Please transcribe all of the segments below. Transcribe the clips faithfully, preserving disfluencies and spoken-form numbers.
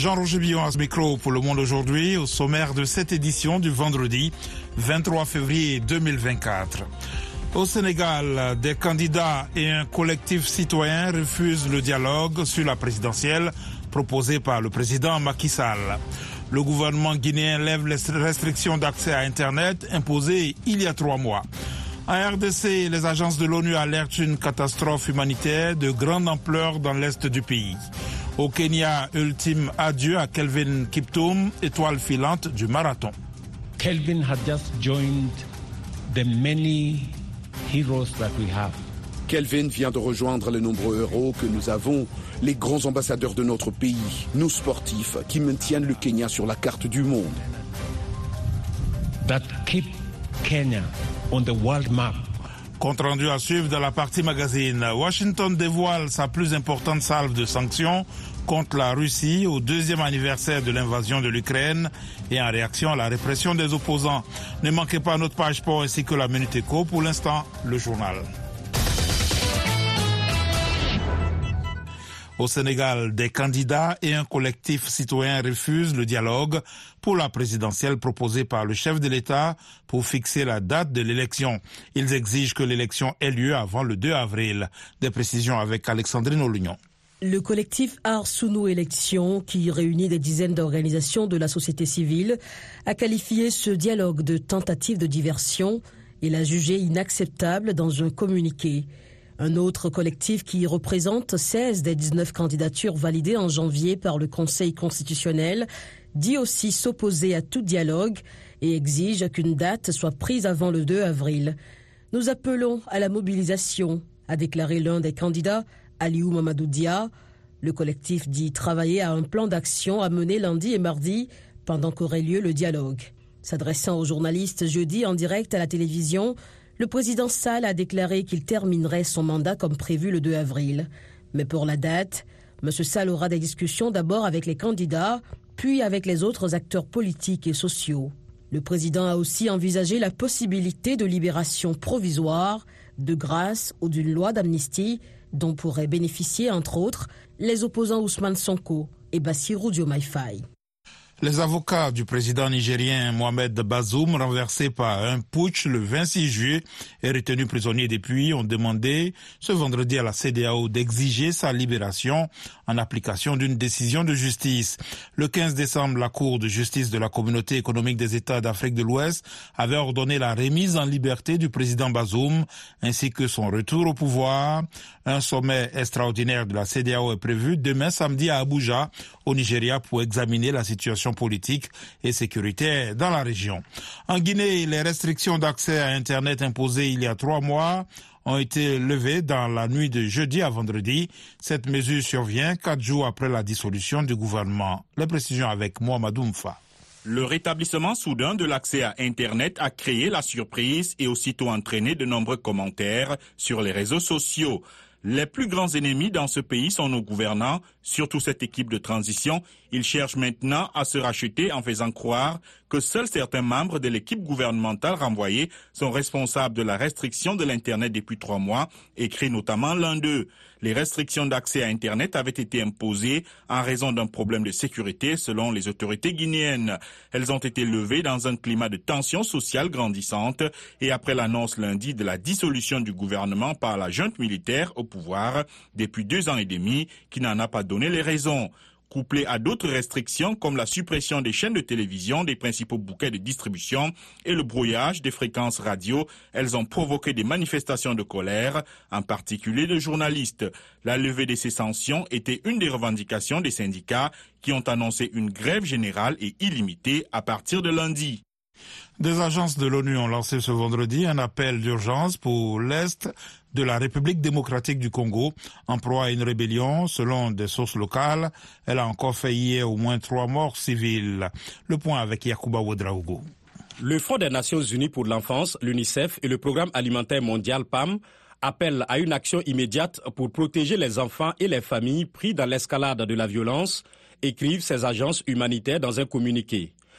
Jean-Roger Billon à ce micro pour Le Monde aujourd'hui, au sommaire de cette édition du vendredi vingt-trois février deux mille vingt-quatre. Au Sénégal, des candidats et un collectif citoyen refusent le dialogue sur la présidentielle proposé par le président Macky Sall. Le gouvernement guinéen lève les restrictions d'accès à Internet imposées il y a trois mois. En R D C, les agences de l'ONU alertent une catastrophe humanitaire de grande ampleur dans l'est du pays. Au Kenya, ultime adieu à Kelvin Kiptum, étoile filante du marathon. Kelvin had just joined the many heroes that we have. Kelvin vient de rejoindre les nombreux héros que nous avons, les grands ambassadeurs de notre pays, nous sportifs qui maintiennent le Kenya sur la carte du monde. That keep Kenya on the world map. Compte rendu à suivre dans la partie magazine. Washington dévoile sa plus importante salve de sanctions contre la Russie au deuxième anniversaire de l'invasion de l'Ukraine et en réaction à la répression des opposants. Ne manquez pas notre page sport ainsi que la Minute Éco. Pour l'instant, le journal. Au Sénégal, des candidats et un collectif citoyen refusent le dialogue pour la présidentielle proposée par le chef de l'État pour fixer la date de l'élection. Ils exigent que l'élection ait lieu avant le deux avril. Des précisions avec Alexandrine Olignon. Le collectif Arsounou Élections, qui réunit des dizaines d'organisations de la société civile, a qualifié ce dialogue de tentative de diversion et l'a jugé inacceptable dans un communiqué. Un autre collectif qui représente seize des dix-neuf candidatures validées en janvier par le Conseil constitutionnel dit aussi s'opposer à tout dialogue et exige qu'une date soit prise avant le deux avril. Nous appelons à la mobilisation, a déclaré l'un des candidats, Aliou Mamadou Dia. Le collectif dit travailler à un plan d'action à mener lundi et mardi pendant qu'aurait lieu le dialogue. S'adressant aux journalistes jeudi en direct à la télévision, le président Sall a déclaré qu'il terminerait son mandat comme prévu le deux avril. Mais pour la date, M. Sall aura des discussions d'abord avec les candidats, puis avec les autres acteurs politiques et sociaux. Le président a aussi envisagé la possibilité de libération provisoire, de grâce ou d'une loi d'amnistie dont pourraient bénéficier, entre autres, les opposants Ousmane Sonko et Bassirou Diomaye Faye. Les avocats du président nigérien Mohamed Bazoum, renversé par un putsch le vingt-six juillet et retenu prisonnier depuis, ont demandé ce vendredi à la C E D E A O d'exiger sa libération en application d'une décision de justice. Le quinze décembre, la Cour de justice de la Communauté économique des États d'Afrique de l'Ouest avait ordonné la remise en liberté du président Bazoum ainsi que son retour au pouvoir. Un sommet extraordinaire de la C E D E A O est prévu demain samedi à Abuja, au Nigeria, pour examiner la situation politique et sécuritaire dans la région. En Guinée, les restrictions d'accès à Internet imposées il y a trois mois ont été levées dans la nuit de jeudi à vendredi. Cette mesure survient quatre jours après la dissolution du gouvernement. Les précisions avec Mohamedou Mfa. Le rétablissement soudain de l'accès à Internet a créé la surprise et aussitôt entraîné de nombreux commentaires sur les réseaux sociaux. Les plus grands ennemis dans ce pays sont nos gouvernants, surtout cette équipe de transition. Ils cherchent maintenant à se racheter en faisant croire que seuls certains membres de l'équipe gouvernementale renvoyée sont responsables de la restriction de l'Internet depuis trois mois, écrit notamment l'un d'eux. Les restrictions d'accès à Internet avaient été imposées en raison d'un problème de sécurité selon les autorités guinéennes. Elles ont été levées dans un climat de tension sociale grandissante et après l'annonce lundi de la dissolution du gouvernement par la junte militaire au pouvoir depuis deux ans et demi qui n'en a pas donné les raisons. Couplées à d'autres restrictions comme la suppression des chaînes de télévision des principaux bouquets de distribution et le brouillage des fréquences radio, elles ont provoqué des manifestations de colère, en particulier de journalistes. La levée de ces sanctions était une des revendications des syndicats qui ont annoncé une grève générale et illimitée à partir de lundi. Des agences de l'ONU ont lancé ce vendredi un appel d'urgence pour l'Est de la République démocratique du Congo, en proie à une rébellion. Selon des sources locales, elle a encore fait hier au moins trois morts civiles. Le point avec Yacouba Ouedraogo. Le Fonds des Nations Unies pour l'enfance, l'UNICEF et le Programme alimentaire mondial P A M appellent à une action immédiate pour protéger les enfants et les familles pris dans l'escalade de la violence, écrivent ces agences humanitaires dans un communiqué.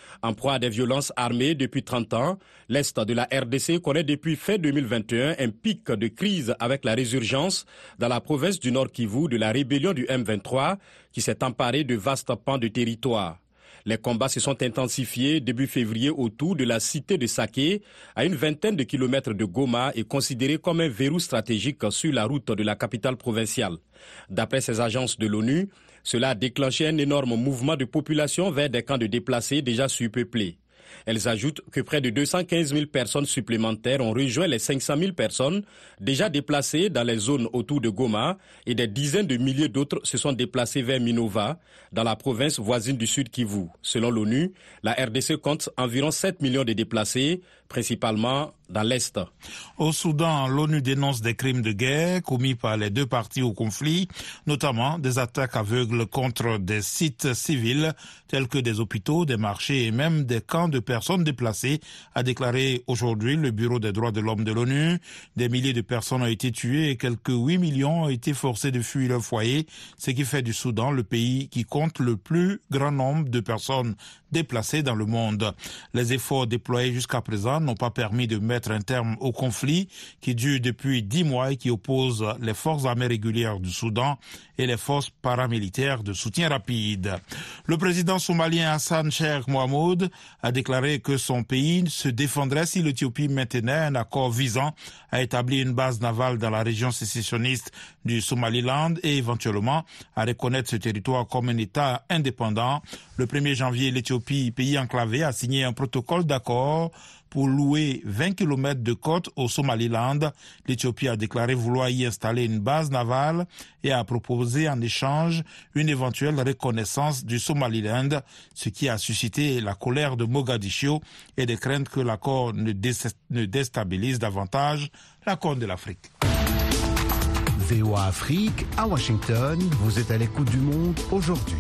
En proie à des violences armées depuis trente ans, l'Est de la R D C connaît depuis fin deux mille vingt et un un pic de crise avec la résurgence dans la province du Nord Kivu de la rébellion du M vingt-trois qui s'est emparée de vastes pans de territoire. Les combats se sont intensifiés début février autour de la cité de Saké, à une vingtaine de kilomètres de Goma et considérée comme un verrou stratégique sur la route de la capitale provinciale. D'après ces agences de l'ONU, cela a déclenché un énorme mouvement de population vers des camps de déplacés déjà surpeuplés. Elles ajoutent que près de deux cent quinze mille personnes supplémentaires ont rejoint les cinq cent mille personnes déjà déplacées dans les zones autour de Goma et des dizaines de milliers d'autres se sont déplacées vers Minova, dans la province voisine du Sud Kivu. Selon l'ONU, la R D C compte environ sept millions de déplacés, principalement dans l'Est. Au Soudan, l'ONU dénonce des crimes de guerre commis par les deux parties au conflit, notamment des attaques aveugles contre des sites civils tels que des hôpitaux, des marchés et même des camps de personnes déplacées, a déclaré aujourd'hui le Bureau des droits de l'homme de l'ONU. Des milliers de personnes ont été tuées et quelques huit millions ont été forcés de fuir leur foyer, ce qui fait du Soudan le pays qui compte le plus grand nombre de personnes déplacées dans le monde. Les efforts déployés jusqu'à présent n'ont pas permis de mettre un terme au conflit qui dure depuis dix mois et qui oppose les forces armées régulières du Soudan et les forces paramilitaires de soutien rapide. Le président somalien Hassan Sheikh Mohamud a déclaré que son pays se défendrait si l'Éthiopie maintenait un accord visant à établir une base navale dans la région sécessionniste du Somaliland et éventuellement à reconnaître ce territoire comme un État indépendant. Le premier janvier, l'Éthiopie, pays enclavé, a signé un protocole d'accord pour louer vingt kilomètres de côte au Somaliland. L'Éthiopie a déclaré vouloir y installer une base navale et a proposé en échange une éventuelle reconnaissance du Somaliland, ce qui a suscité la colère de Mogadiscio et des craintes que l'accord ne, dé- ne déstabilise davantage la Corne de l'Afrique. V O A Afrique, à Washington, vous êtes à l'écoute du monde aujourd'hui.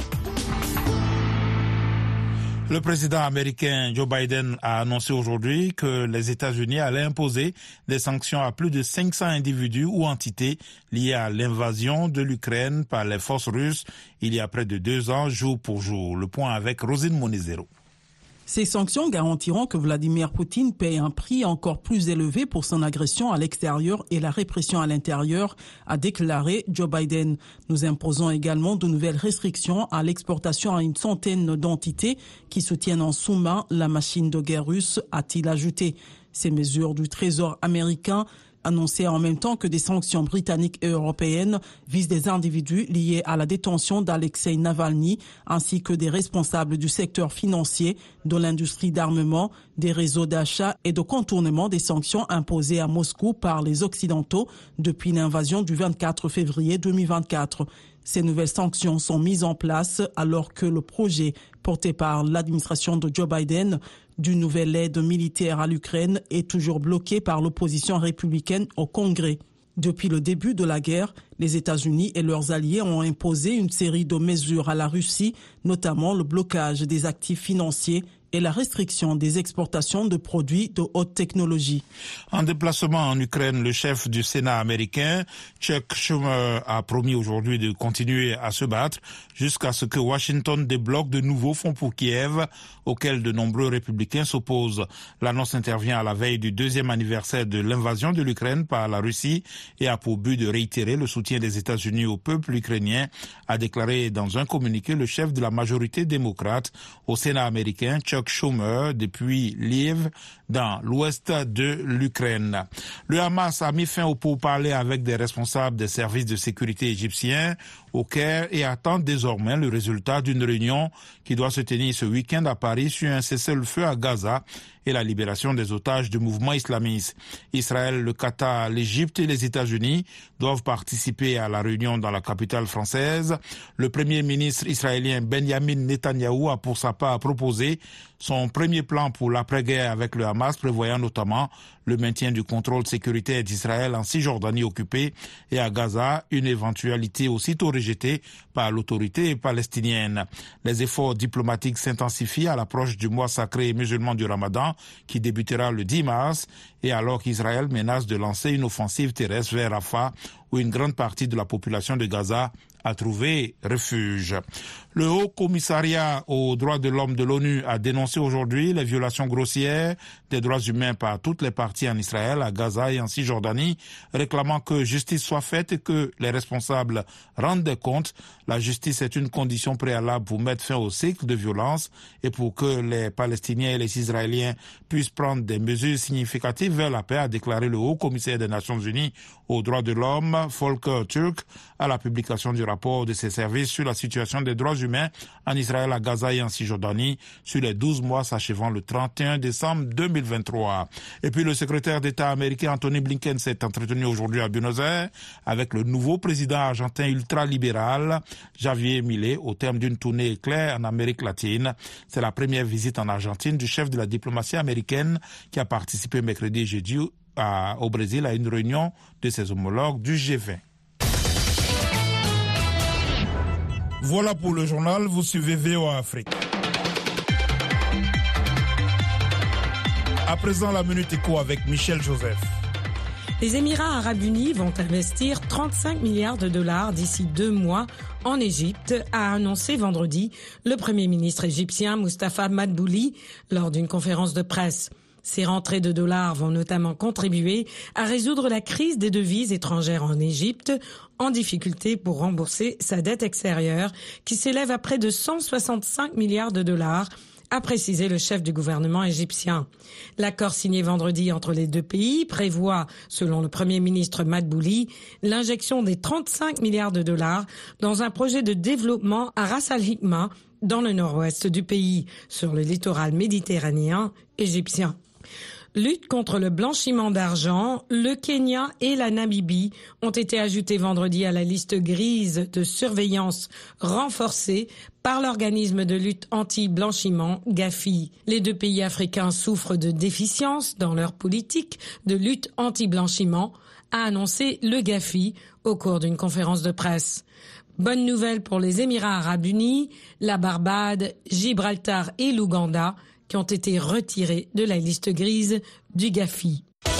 Le président américain Joe Biden a annoncé aujourd'hui que les États-Unis allaient imposer des sanctions à plus de cinq cents individus ou entités liés à l'invasion de l'Ukraine par les forces russes il y a près de deux ans, jour pour jour. Le point avec Rosine Monizero. Ces sanctions garantiront que Vladimir Poutine paye un prix encore plus élevé pour son agression à l'extérieur et la répression à l'intérieur, a déclaré Joe Biden. Nous imposons également de nouvelles restrictions à l'exportation à une centaine d'entités qui soutiennent en sous-main la machine de guerre russe, a-t-il ajouté. Ces mesures du Trésor américain annoncé en même temps que des sanctions britanniques et européennes visent des individus liés à la détention d'Alexei Navalny ainsi que des responsables du secteur financier, de l'industrie d'armement, des réseaux d'achat et de contournement des sanctions imposées à Moscou par les Occidentaux depuis l'invasion du vingt-quatre février deux mille vingt-quatre. Ces nouvelles sanctions sont mises en place alors que le projet porté par l'administration de Joe Biden d'une nouvelle aide militaire à l'Ukraine est toujours bloqué par l'opposition républicaine au Congrès. Depuis le début de la guerre, les États-Unis et leurs alliés ont imposé une série de mesures à la Russie, notamment le blocage des actifs financiers et la restriction des exportations de produits de haute technologie. En déplacement en Ukraine, le chef du Sénat américain, Chuck Schumer, a promis aujourd'hui de continuer à se battre jusqu'à ce que Washington débloque de nouveaux fonds pour Kiev, auxquels de nombreux républicains s'opposent. L'annonce intervient à la veille du deuxième anniversaire de l'invasion de l'Ukraine par la Russie et a pour but de réitérer le soutien des États-Unis au peuple ukrainien, a déclaré dans un communiqué le chef de la majorité démocrate au Sénat américain, Chuck Schumer, depuis Lviv, dans l'ouest de l'Ukraine. Le Hamas a mis fin aux pourparlers avec des responsables des services de sécurité égyptiens au Caire et attend désormais le résultat d'une réunion qui doit se tenir ce week-end à Paris sur un cessez-le-feu à Gaza et la libération des otages du mouvement islamiste. Israël, le Qatar, l'Égypte et les États-Unis doivent participer à la réunion dans la capitale française. Le premier ministre israélien Benjamin Netanyahou a pour sa part proposé son premier plan pour l'après-guerre avec le Hamas, prévoyant notamment le maintien du contrôle sécuritaire d'Israël en Cisjordanie occupée et à Gaza, une éventualité aussitôt rejetée par l'autorité palestinienne. Les efforts diplomatiques s'intensifient à l'approche du mois sacré musulman du Ramadan qui débutera le dix mars et alors qu'Israël menace de lancer une offensive terrestre vers Rafah où une grande partie de la population de Gaza a trouvé refuge. Le Haut Commissariat aux droits de l'homme de l'ONU a dénoncé aujourd'hui les violations grossières des droits humains par toutes les parties en Israël, à Gaza et en Cisjordanie, réclamant que justice soit faite et que les responsables rendent des comptes. La justice est une condition préalable pour mettre fin au cycle de violence et pour que les Palestiniens et les Israéliens puissent prendre des mesures significatives vers la paix, a déclaré le Haut Commissaire des Nations Unies aux droits de l'homme, Volker Turk, à la publication du rapport de ses services sur la situation des droits humains en Israël, à Gaza et en Cisjordanie sur les douze mois s'achevant le trente et un décembre deux mille vingt-trois. Et puis le secrétaire d'État américain Anthony Blinken s'est entretenu aujourd'hui à Buenos Aires avec le nouveau président argentin ultralibéral Javier Milei au terme d'une tournée éclair en Amérique latine. C'est la première visite en Argentine du chef de la diplomatie américaine qui a participé mercredi et jeudi à, au Brésil à une réunion de ses homologues du G vingt. Voilà pour le journal, vous suivez V O A Afrique. À présent, la Minute Éco avec Michel Joseph. Les Émirats arabes unis vont investir trente-cinq milliards de dollars d'ici deux mois en Égypte, a annoncé vendredi le Premier ministre égyptien Moustapha Madbouli lors d'une conférence de presse. Ces rentrées de dollars vont notamment contribuer à résoudre la crise des devises étrangères en Égypte, en difficulté pour rembourser sa dette extérieure qui s'élève à près de cent soixante-cinq milliards de dollars, a précisé le chef du gouvernement égyptien. L'accord signé vendredi entre les deux pays prévoit, selon le Premier ministre Madbouli, l'injection des trente-cinq milliards de dollars dans un projet de développement à Ras Al-Hikma, dans le nord-ouest du pays, sur le littoral méditerranéen égyptien. Lutte contre le blanchiment d'argent, le Kenya et la Namibie ont été ajoutés vendredi à la liste grise de surveillance renforcée par l'organisme de lutte anti-blanchiment Gafi. Les deux pays africains souffrent de déficiences dans leur politique de lutte anti-blanchiment, a annoncé le Gafi au cours d'une conférence de presse. Bonne nouvelle pour les Émirats arabes unis, la Barbade, Gibraltar et l'Ouganda qui ont été retirés de la liste grise du Gafi.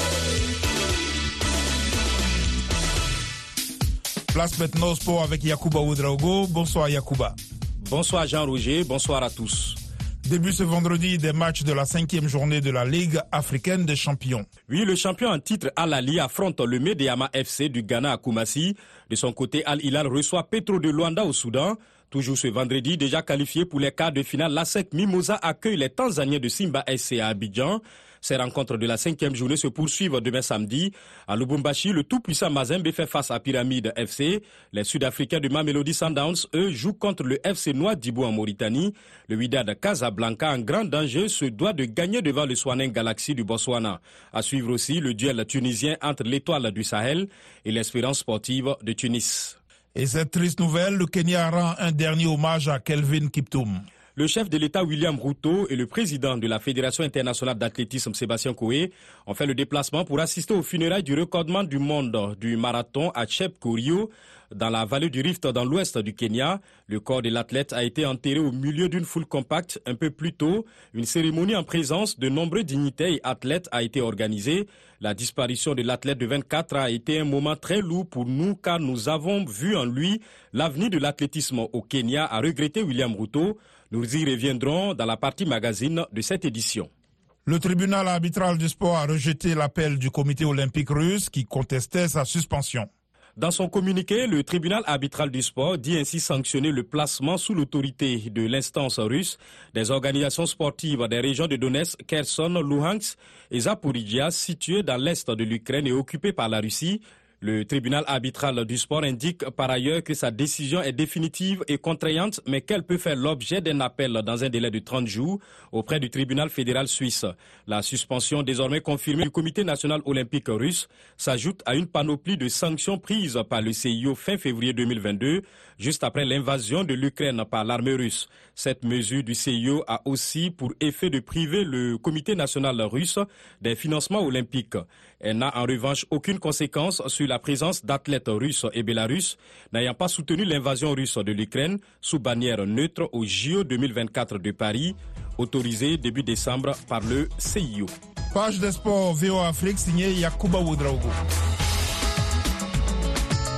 Place maintenant au sport avec Yacouba Ouedraogo. Bonsoir Yacouba. Bonsoir Jean-Roger, bonsoir à tous. Début ce vendredi des matchs de la cinquième journée de la Ligue africaine des champions. Oui, le champion en titre Al Ahly affronte le Medeama F C du Ghana à Koumassi. De son côté, Al Hilal reçoit Petro de Luanda au Soudan. Toujours ce vendredi, déjà qualifié pour les quarts de finale, l'A S E C Mimosa accueille les Tanzaniens de Simba S C à Abidjan. Ces rencontres de la cinquième journée se poursuivent demain samedi. À Lubumbashi, le tout-puissant Mazembe fait face à Pyramide F C. Les Sud-Africains de Mamelodi Sundowns, eux, jouent contre le F C Nouadhibou en Mauritanie. Le Wydad Casablanca, en grand danger, se doit de gagner devant le Swaneng Galaxy du Botswana. À suivre aussi le duel tunisien entre l'Étoile du Sahel et l'Espérance sportive de Tunis. Et cette triste nouvelle, le Kenya rend un dernier hommage à Kelvin Kiptum. Le chef de l'État William Ruto et le président de la Fédération internationale d'athlétisme Sébastien Coé ont fait le déplacement pour assister aux funérailles du recordman du monde du marathon à Chepkorio, dans la vallée du Rift dans l'ouest du Kenya. Le corps de l'athlète a été enterré au milieu d'une foule compacte. Un peu plus tôt, une cérémonie en présence de nombreux dignitaires et athlètes a été organisée. La disparition de l'athlète de vingt-quatre ans a été un moment très lourd pour nous car nous avons vu en lui l'avenir de l'athlétisme au Kenya, a regretté William Ruto. Nous y reviendrons dans la partie magazine de cette édition. Le tribunal arbitral du sport a rejeté l'appel du comité olympique russe qui contestait sa suspension. Dans son communiqué, le tribunal arbitral du sport dit ainsi sanctionner le placement sous l'autorité de l'instance russe des organisations sportives des régions de Donetsk, Kherson, Luhansk et Zaporizhia situées dans l'est de l'Ukraine et occupées par la Russie. Le tribunal arbitral du sport indique par ailleurs que sa décision est définitive et contraignante, mais qu'elle peut faire l'objet d'un appel dans un délai de trente jours auprès du tribunal fédéral suisse. La suspension désormais confirmée du comité national olympique russe s'ajoute à une panoplie de sanctions prises par le C I O fin février deux mille vingt-deux, juste après l'invasion de l'Ukraine par l'armée russe. Cette mesure du C I O a aussi pour effet de priver le comité national russe des financements olympiques. Elle n'a en revanche aucune conséquence sur la présence d'athlètes russes et bélarusses n'ayant pas soutenu l'invasion russe de l'Ukraine sous bannière neutre au J O deux mille vingt-quatre de Paris, autorisé début décembre par le C I O. Page des sports V O A Afrique signée Yacouba Ouedraogo.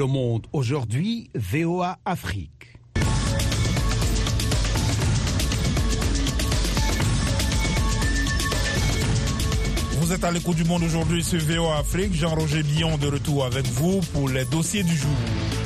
Le Monde aujourd'hui, V O A Afrique. Vous êtes à l'écoute du Monde aujourd'hui sur V O A Afrique. Jean-Roger Billon de retour avec vous pour les dossiers du jour.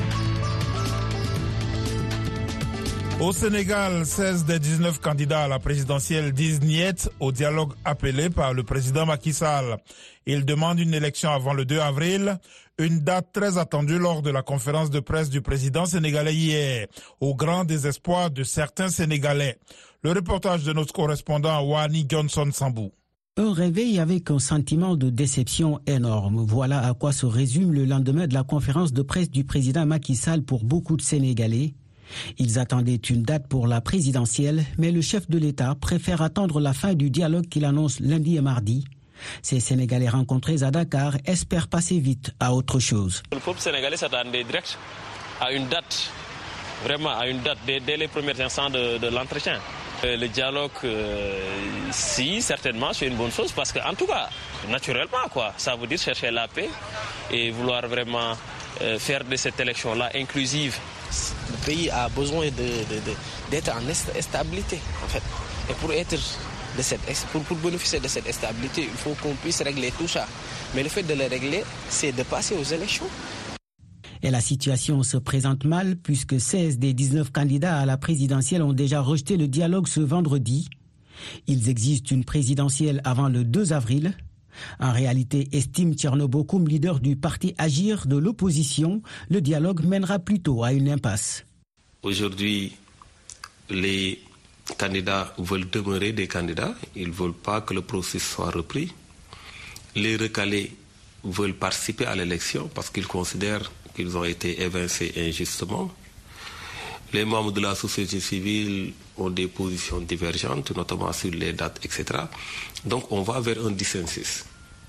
Au Sénégal, seize des dix-neuf candidats à la présidentielle disent niet au dialogue appelé par le président Macky Sall. Ils demandent une élection avant le deux avril, une date très attendue lors de la conférence de presse du président sénégalais hier, au grand désespoir de certains Sénégalais. Le reportage de notre correspondant Wani Johnson Sambou. Un réveil avec un sentiment de déception énorme. Voilà à quoi se résume le lendemain de la conférence de presse du président Macky Sall pour beaucoup de Sénégalais. Ils attendaient une date pour la présidentielle, mais le chef de l'État préfère attendre la fin du dialogue qu'il annonce lundi et mardi. Ces Sénégalais rencontrés à Dakar espèrent passer vite à autre chose. Le peuple sénégalais s'attendait direct à une date, vraiment à une date dès, dès les premiers instants de, de l'entretien. Le dialogue, euh, si, certainement, c'est une bonne chose parce que, en tout cas, naturellement, quoi, ça veut dire chercher la paix et vouloir vraiment euh, faire de cette élection-là inclusive. Le pays a besoin de, de, de, d'être en stabilité, en fait. Et pour être de cette, pour, pour bénéficier de cette stabilité, il faut qu'on puisse régler tout ça. Mais le fait de le régler, c'est de passer aux élections. Et la situation se présente mal puisque seize des dix-neuf candidats à la présidentielle ont déjà rejeté le dialogue ce vendredi. Ils exigent une présidentielle avant le deux avril. En réalité, estime Thierno Bocoum, leader du parti Agir de l'opposition, le dialogue mènera plutôt à une impasse. Aujourd'hui, les candidats veulent demeurer des candidats. Ils ne veulent pas que le processus soit repris. Les recalés veulent participer à l'élection parce qu'ils considèrent qu'ils ont été évincés injustement. Les membres de la société civile ont des positions divergentes, notamment sur les dates, et cetera. Donc on va vers un dissensus.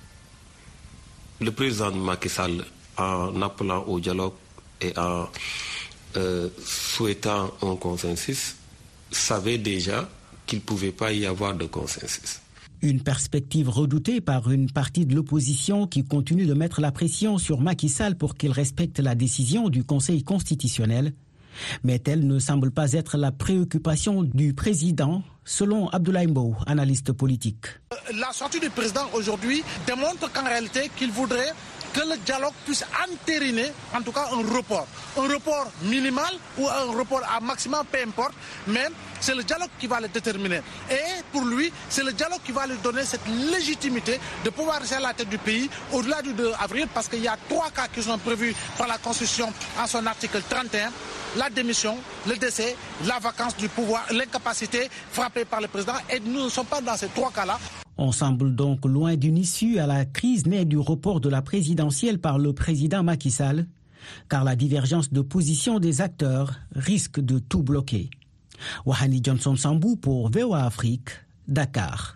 Le président Macky Sall, en appelant au dialogue et en euh, souhaitant un consensus, savait déjà qu'il ne pouvait pas y avoir de consensus. Une perspective redoutée par une partie de l'opposition qui continue de mettre la pression sur Macky Sall pour qu'il respecte la décision du Conseil constitutionnel. Mais telle ne semble pas être la préoccupation du président, selon Abdoulaye Mbow, analyste politique. La sortie du président aujourd'hui démontre qu'en réalité qu'il voudrait que le dialogue puisse entériner en tout cas un report. Un report minimal ou un report à maximum, peu importe, mais c'est le dialogue qui va le déterminer. Et pour lui, c'est le dialogue qui va lui donner cette légitimité de pouvoir rester à la tête du pays au-delà du deux avril, parce qu'il y a trois cas qui sont prévus par la Constitution en son article trente et un. La démission, le décès, la vacance du pouvoir, l'incapacité frappée par le président. Et nous ne sommes pas dans ces trois cas-là. On semble donc loin d'une issue à la crise née du report de la présidentielle par le président Macky Sall, car la divergence de position des acteurs risque de tout bloquer. Wahani Johnson Sambou pour V O A Afrique, Dakar.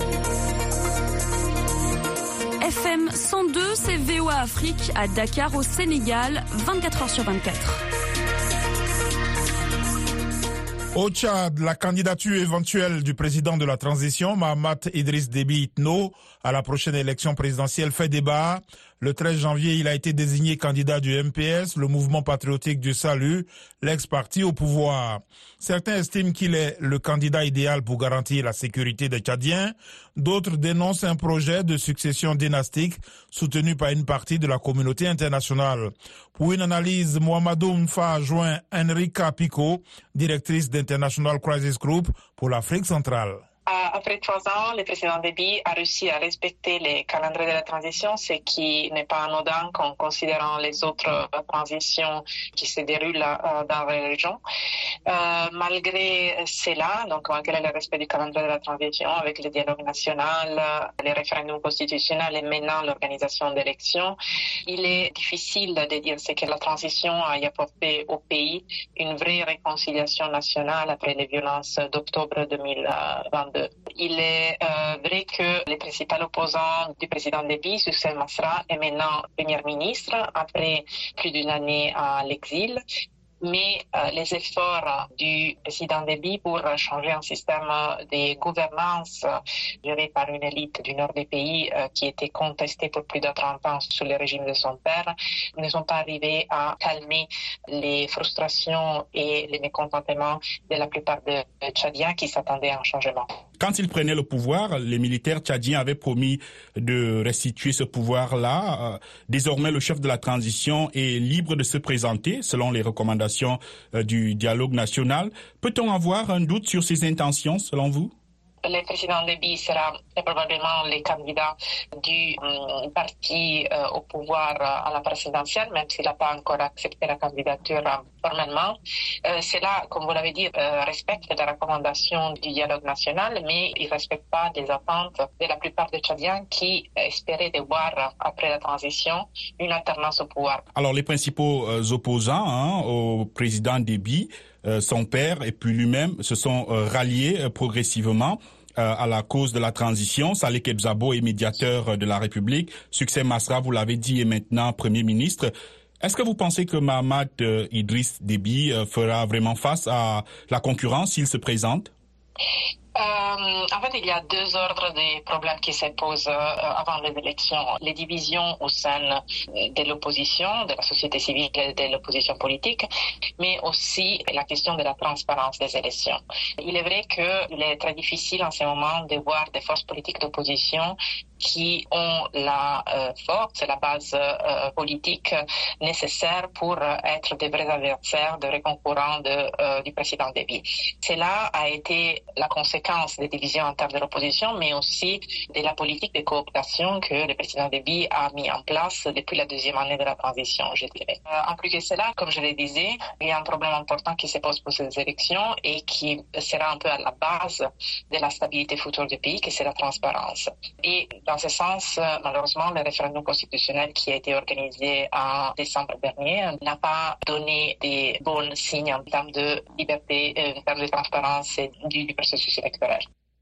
F M cent deux, c'est V O A Afrique à Dakar au Sénégal, vingt-quatre heures sur vingt-quatre. Au Tchad, la candidature éventuelle du président de la transition, Mahamat Idriss Déby Itno, à la prochaine élection présidentielle fait débat. Le treize janvier, il a été désigné candidat du M P S, le mouvement patriotique du salut, l'ex-parti au pouvoir. Certains estiment qu'il est le candidat idéal pour garantir la sécurité des Tchadiens. D'autres dénoncent un projet de succession dynastique soutenu par une partie de la communauté internationale. Pour une analyse, Mohamedou Mfa a joint Enrica Pico, directrice d'International Crisis Group pour l'Afrique centrale. Après trois ans, le président Déby a réussi à respecter les calendriers de la transition, ce qui n'est pas anodin en considérant les autres transitions qui se déroulent dans la région. Euh, malgré cela, donc malgré le respect du calendrier de la transition, avec le dialogue national, les référendums constitutionnels et maintenant l'organisation d'élections, il est difficile de dire ce que la transition a apporté au pays, une vraie réconciliation nationale après les violences d'octobre deux mille vingt-deux. Il est euh, vrai que le principal opposant du président Déby, Hissène Masra, est maintenant premier ministre après plus d'une année à l'exil. mais euh, les efforts du président Déby pour changer un système de gouvernance géré par une élite du nord du pays euh, qui était contestée pour plus de trente ans sous le régime de son père ne sont pas arrivés à calmer les frustrations et les mécontentements de la plupart des Tchadiens qui s'attendaient à un changement. Quand ils prenaient le pouvoir, les militaires tchadiens avaient promis de restituer ce pouvoir-là. Désormais, le chef de la transition est libre de se présenter selon les recommandations du dialogue national. Peut-on avoir un doute sur ses intentions, selon vous? Le président Déby sera probablement le candidat du um, parti euh, au pouvoir euh, à la présidentielle, même s'il n'a pas encore accepté la candidature euh, formellement. Euh, Cela, comme vous l'avez dit, euh, respecte les recommandations du dialogue national, mais il ne respecte pas les attentes de la plupart des Tchadiens qui espéraient de voir, après la transition, une alternance au pouvoir. Alors, les principaux euh, opposants hein, au président Déby, euh, son père et puis lui-même, se sont euh, ralliés euh, progressivement euh, à la cause de la transition. Saleh Kebzabo est médiateur de la République. Succès Masra, vous l'avez dit, est maintenant Premier ministre. Est-ce que vous pensez que Mahamat euh, Idriss Déby euh, fera vraiment face à la concurrence s'il se présente? Euh, en fait, il y a deux ordres de problèmes qui se posent euh, avant les élections. Les divisions au sein de l'opposition, de la société civile et de l'opposition politique, mais aussi la question de la transparence des élections. Il est vrai qu'il est très difficile en ce moment de voir des forces politiques d'opposition qui ont la euh, force et la base euh, politique nécessaire pour être des vrais adversaires, de vrais concurrents de, euh, du président Déby. Cela a été la conséquence des divisions internes de l'opposition, mais aussi de la politique de cooptation que le président Déby a mis en place depuis la deuxième année de la transition, je dirais. Euh, en plus de cela, comme je le disais, il y a un problème important qui se pose pour ces élections et qui sera un peu à la base de la stabilité future du pays, que c'est la transparence. Et dans ce sens, malheureusement, le référendum constitutionnel qui a été organisé en décembre dernier n'a pas donné des bons signes en termes de liberté, en termes de transparence et du, du processus électoral.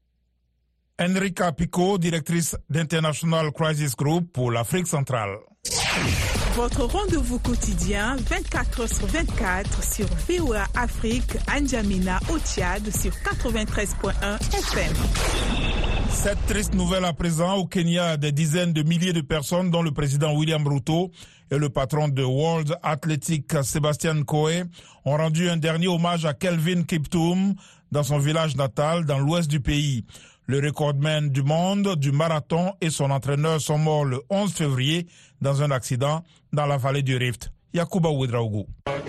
Enrica Pico, directrice d'International Crisis Group pour l'Afrique centrale. Votre rendez-vous quotidien vingt-quatre heures sur vingt-quatre sur V O A Afrique, N'Djamena au Tchad sur quatre-vingt-treize point un F M. Cette triste nouvelle à présent, au Kenya, des dizaines de milliers de personnes, dont le président William Ruto et le patron de World Athletic Sébastien Coe, ont rendu un dernier hommage à Kelvin Kiptum dans son village natal, dans l'ouest du pays. Le recordman du monde du marathon et son entraîneur sont morts le onze février dans un accident dans la vallée du Rift. Yakuba Ouedraogo.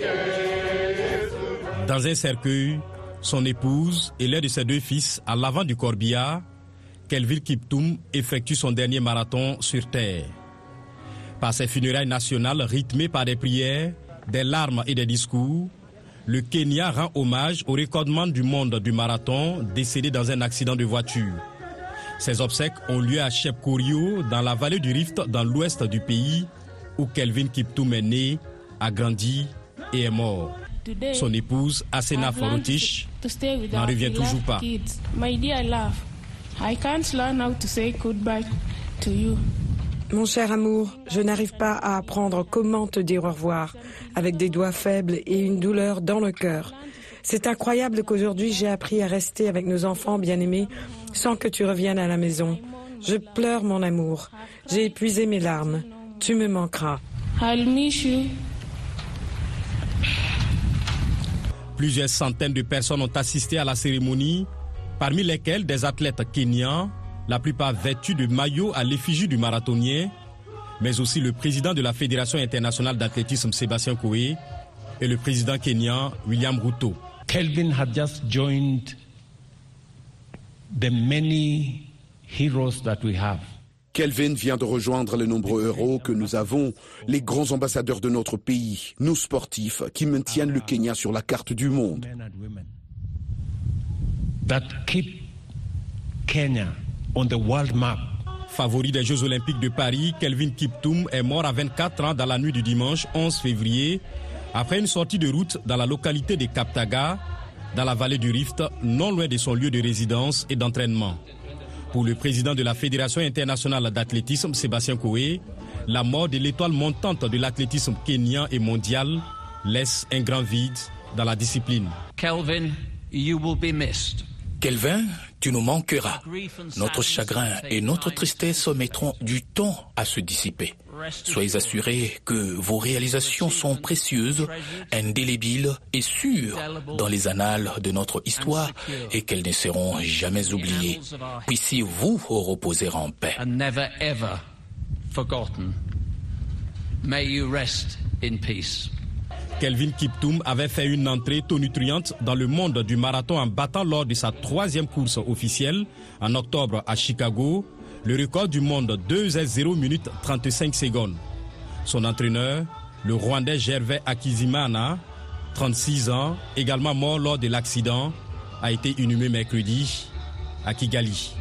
Dans un cercueil, son épouse et l'un de ses deux fils à l'avant du corbillard, Kelvin Kiptum effectue son dernier marathon sur terre. Par ses funérailles nationales rythmées par des prières, des larmes et des discours, le Kenya rend hommage au recordman du monde du marathon décédé dans un accident de voiture. Ses obsèques ont lieu à Chepkorio, dans la vallée du Rift, dans l'ouest du pays, où Kelvin Kiptum est né, a grandi et est mort. Son épouse, Asena Forotich, n'en revient toujours pas. Mon cher amour, je n'arrive pas à apprendre comment te dire au revoir, avec des doigts faibles et une douleur dans le cœur. C'est incroyable qu'aujourd'hui j'ai appris à rester avec nos enfants bien-aimés sans que tu reviennes à la maison. Je pleure mon amour. J'ai épuisé mes larmes. Tu me manqueras. I'll miss you. Plusieurs centaines de personnes ont assisté à la cérémonie, parmi lesquelles des athlètes kenyans, la plupart vêtus de maillots à l'effigie du marathonien, mais aussi le président de la Fédération internationale d'athlétisme Sébastien Coe et le président kenyan William Ruto. Kelvin had just joined the many heroes that we have. Kelvin vient de rejoindre les nombreux héros que nous avons, les grands ambassadeurs de notre pays, nous sportifs qui maintiennent le Kenya sur la carte du monde. That keep Kenya on the world map. Favori des Jeux Olympiques de Paris, Kelvin Kiptum est mort à vingt-quatre ans dans la nuit du dimanche onze février, après une sortie de route dans la localité de Kaptaga, dans la vallée du Rift, non loin de son lieu de résidence et d'entraînement. Pour le président de la Fédération internationale d'athlétisme, Sébastien Coe, la mort de l'étoile montante de l'athlétisme kenyan et mondial laisse un grand vide dans la discipline. Kelvin, you will be missed. Kelvin, tu nous manqueras. Notre chagrin et notre tristesse mettront du temps à se dissiper. Soyez assurés que vos réalisations sont précieuses, indélébiles et sûres dans les annales de notre histoire et qu'elles ne seront jamais oubliées. Puissiez-vous reposer en paix. Never ever forgotten. May you rest in peace. Kelvin Kiptum avait fait une entrée tonitruante dans le monde du marathon en battant lors de sa troisième course officielle en octobre à Chicago le record du monde deux heures zéro minutes trente-cinq secondes. Son entraîneur, le Rwandais Gervais Akizimana, trente-six ans, également mort lors de l'accident, a été inhumé mercredi à Kigali.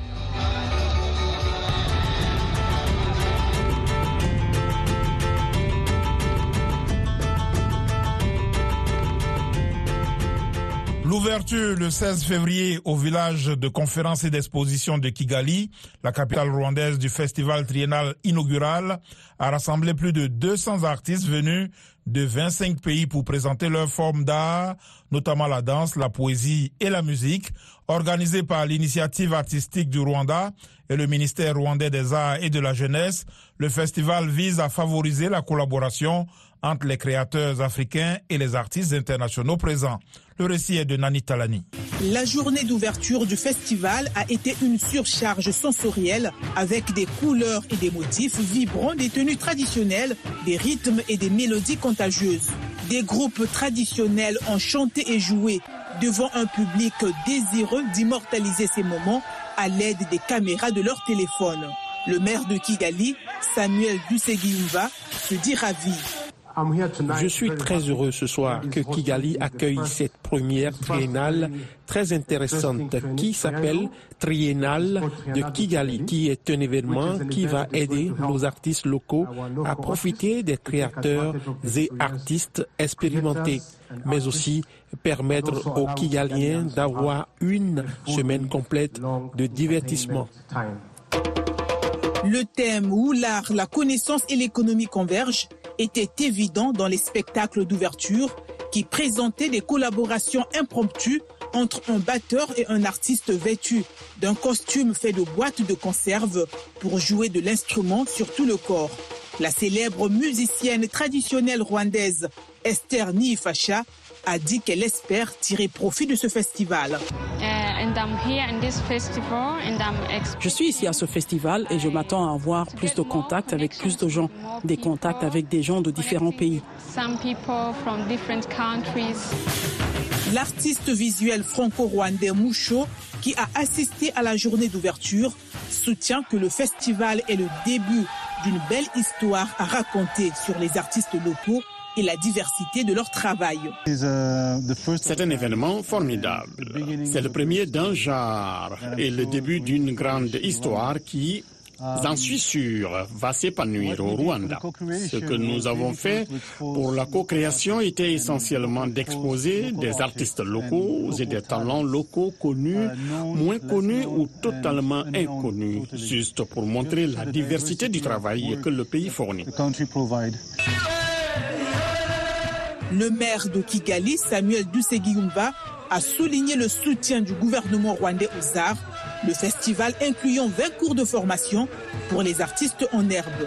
L'ouverture le seize février au village de conférences et d'exposition de Kigali, la capitale rwandaise du festival triennal inaugural, a rassemblé plus de deux cents artistes venus de vingt-cinq pays pour présenter leurs formes d'art, notamment la danse, la poésie et la musique, organisée par l'initiative artistique du Rwanda et le ministère rwandais des Arts et de la Jeunesse. Le festival vise à favoriser la collaboration entre les créateurs africains et les artistes internationaux présents. Le récit est de Nani Talani. La journée d'ouverture du festival a été une surcharge sensorielle avec des couleurs et des motifs vibrants, des tenues traditionnelles, des rythmes et des mélodies contagieuses. Des groupes traditionnels ont chanté et joué devant un public désireux d'immortaliser ces moments à l'aide des caméras de leur téléphone. Le maire de Kigali, Samuel Dusegiyumva, se dit ravi. Je suis très heureux ce soir que Kigali accueille cette première triennale très intéressante qui s'appelle Triennale de Kigali, qui est un événement qui va aider nos artistes locaux à profiter des créateurs et artistes expérimentés, mais aussi permettre aux Kigaliens d'avoir une semaine complète de divertissement. Le thème où l'art, la connaissance et l'économie convergent était évident dans les spectacles d'ouverture qui présentaient des collaborations impromptues entre un batteur et un artiste vêtu d'un costume fait de boîtes de conserve pour jouer de l'instrument sur tout le corps. La célèbre musicienne traditionnelle rwandaise Esther Niifasha a dit qu'elle espère tirer profit de ce festival. Je suis ici à ce festival et je m'attends à avoir plus de contacts avec plus de gens, des contacts avec des gens de différents pays. L'artiste visuel franco-rwandais Moucho, qui a assisté à la journée d'ouverture, soutient que le festival est le début d'une belle histoire à raconter sur les artistes locaux et la diversité de leur travail. C'est un événement formidable. C'est le premier d'un genre et le début d'une grande histoire qui, j'en suis sûr, va s'épanouir au Rwanda. Ce que nous avons fait pour la co-création était essentiellement d'exposer des artistes locaux et des talents locaux connus, moins connus ou totalement inconnus, juste pour montrer la diversité du travail que le pays fournit. Le maire de Kigali, Samuel Dusegiyumva, a souligné le soutien du gouvernement rwandais aux arts, le festival incluant vingt cours de formation pour les artistes en herbe.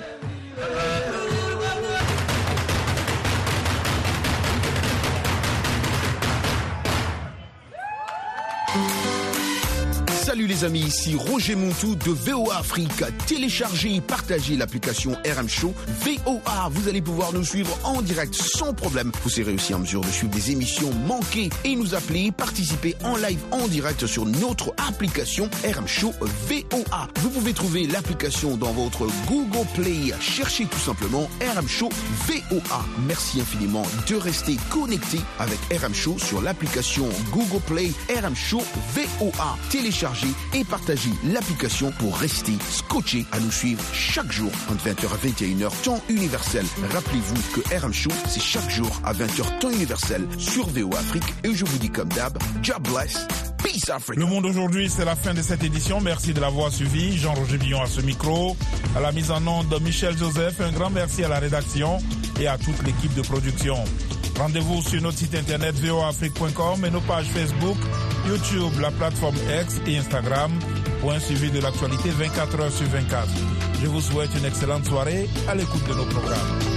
Salut les amis, ici Roger Montou de V O A Afrique. Téléchargez et partagez l'application R M Show V O A. Vous allez pouvoir nous suivre en direct sans problème. Vous serez aussi en mesure de suivre des émissions manquées et nous appeler, participer en live en direct sur notre application R M Show V O A. Vous pouvez trouver l'application dans votre Google Play. Cherchez tout simplement R M Show V O A. Merci infiniment de rester connecté avec R M Show sur l'application Google Play R M Show V O A. Téléchargez et partagez l'application pour rester scotché à nous suivre chaque jour entre vingt heures à vingt et une heures temps universel. Rappelez-vous que R M Show, c'est chaque jour à vingt heures temps universel sur V O A Afrique. Et je vous dis comme d'hab, God bless, peace Africa. Le Monde aujourd'hui, c'est la fin de cette édition. Merci de l'avoir suivi. Jean-Roger Billon à ce micro. À la mise en onde de Michel Joseph. Un grand merci à la rédaction et à toute l'équipe de production. Rendez-vous sur notre site internet v o a afrique point com et nos pages Facebook, YouTube, la plateforme X et Instagram pour un suivi de l'actualité vingt-quatre heures sur vingt-quatre. Je vous souhaite une excellente soirée à l'écoute de nos programmes.